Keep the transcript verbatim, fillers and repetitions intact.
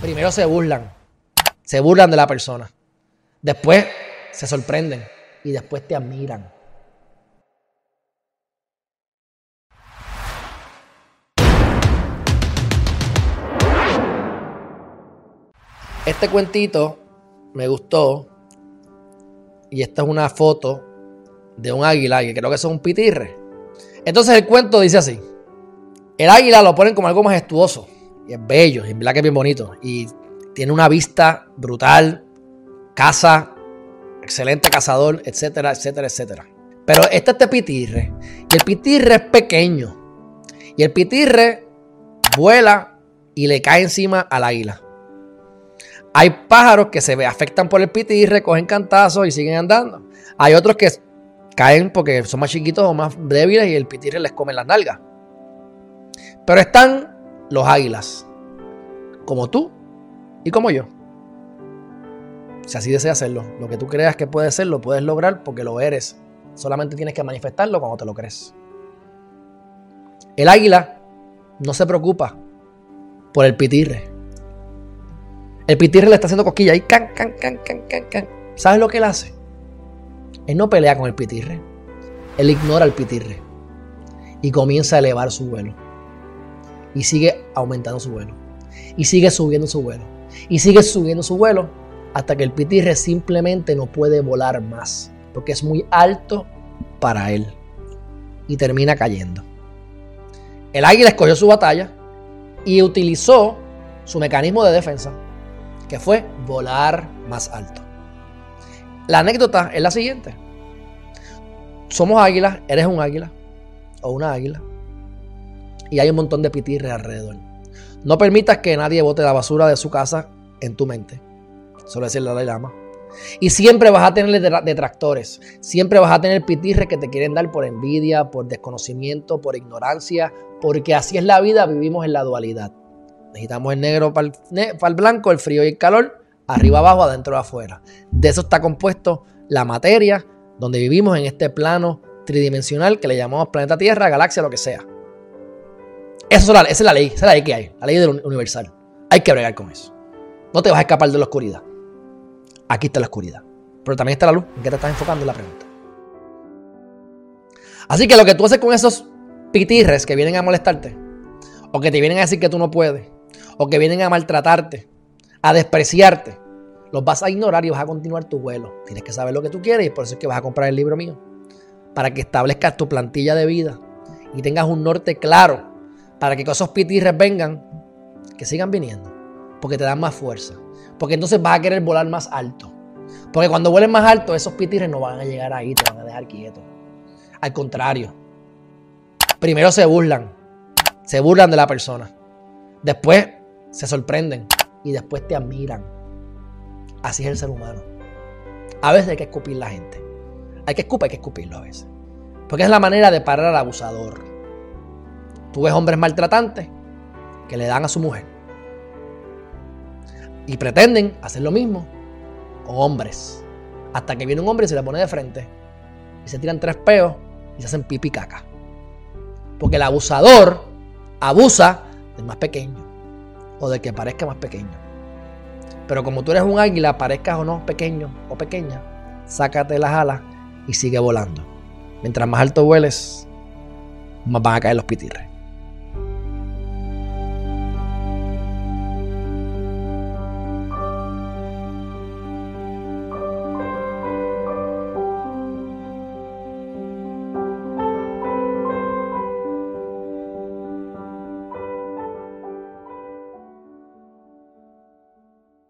Primero se burlan, se burlan de la persona. Después se sorprenden y después te admiran. Este cuentito me gustó y esta es una foto de un águila que creo que es un pitirre. Entonces el cuento dice así: el águila lo ponen como algo majestuoso y es bello, y en verdad que es bien bonito y tiene una vista brutal, caza, excelente cazador, etcétera, etcétera, etcétera. Pero este es este pitirre y el pitirre es pequeño y el pitirre vuela y le cae encima al águila. Hay pájaros que se afectan por el pitirre, cogen cantazos y siguen andando. Hay otros que caen porque son más chiquitos o más débiles y el pitirre les come las nalgas. Pero están los águilas, como tú y como yo. Si así deseas hacerlo, lo que tú creas que puedes ser, lo puedes lograr porque lo eres. Solamente tienes que manifestarlo cuando te lo crees. El águila no se preocupa por el pitirre. El pitirre le está haciendo cosquilla ahí. Can, can, can, can, can, can. ¿Sabes lo que él hace? Él no pelea con el pitirre. Él ignora al pitirre. Y comienza a elevar su vuelo. Y sigue aumentando su vuelo. Y sigue subiendo su vuelo. Y sigue subiendo su vuelo. Hasta que el pitirre simplemente no puede volar más. Porque es muy alto para él. Y termina cayendo. El águila escogió su batalla. Y utilizó su mecanismo de defensa, que fue volar más alto. La anécdota es la siguiente. Somos águilas, eres un águila o una águila y hay un montón de pitirres alrededor. No permitas que nadie bote la basura de su casa en tu mente. Solo decirle a la Lama. Y siempre vas a tener detractores. Siempre vas a tener pitirres que te quieren dar por envidia, por desconocimiento, por ignorancia, porque así es la vida, vivimos en la dualidad. Necesitamos el negro para el, para el blanco, el frío y el calor, arriba, abajo, adentro, afuera. De eso está compuesto la materia, donde vivimos en este plano tridimensional que le llamamos planeta Tierra, galaxia, lo que sea. Eso es la, esa es la ley, esa es la ley que hay, la ley del universal. Hay que bregar con eso. No te vas a escapar de la oscuridad. Aquí está la oscuridad. Pero también está la luz. ¿En qué te estás enfocando? En la pregunta. Así que lo que tú haces con esos pitirres que vienen a molestarte, o que te vienen a decir que tú no puedes, o que vienen a maltratarte, a despreciarte, los vas a ignorar y vas a continuar tu vuelo. Tienes que saber lo que tú quieres y por eso es que vas a comprar el libro mío. Para que establezcas tu plantilla de vida y tengas un norte claro para que esos pitirres vengan, que sigan viniendo, porque te dan más fuerza. Porque entonces vas a querer volar más alto. Porque cuando vueles más alto, esos pitirres no van a llegar ahí, te van a dejar quieto. Al contrario, primero se burlan, se burlan de la persona. Después se sorprenden y después te admiran. Así es el ser humano. A veces hay que escupir la gente. Hay que escupir, hay que escupirlo a veces. Porque es la manera de parar al abusador. Tú ves hombres maltratantes que le dan a su mujer. Y pretenden hacer lo mismo con hombres. Hasta que viene un hombre y se le pone de frente. Y se tiran tres peos y se hacen pipi caca. Porque el abusador abusa del más pequeño. O del que parezca más pequeño. Pero como tú eres un águila, parezcas o no pequeño o pequeña, sácate las alas y sigue volando. Mientras más alto vueles, más van a caer los pitirres.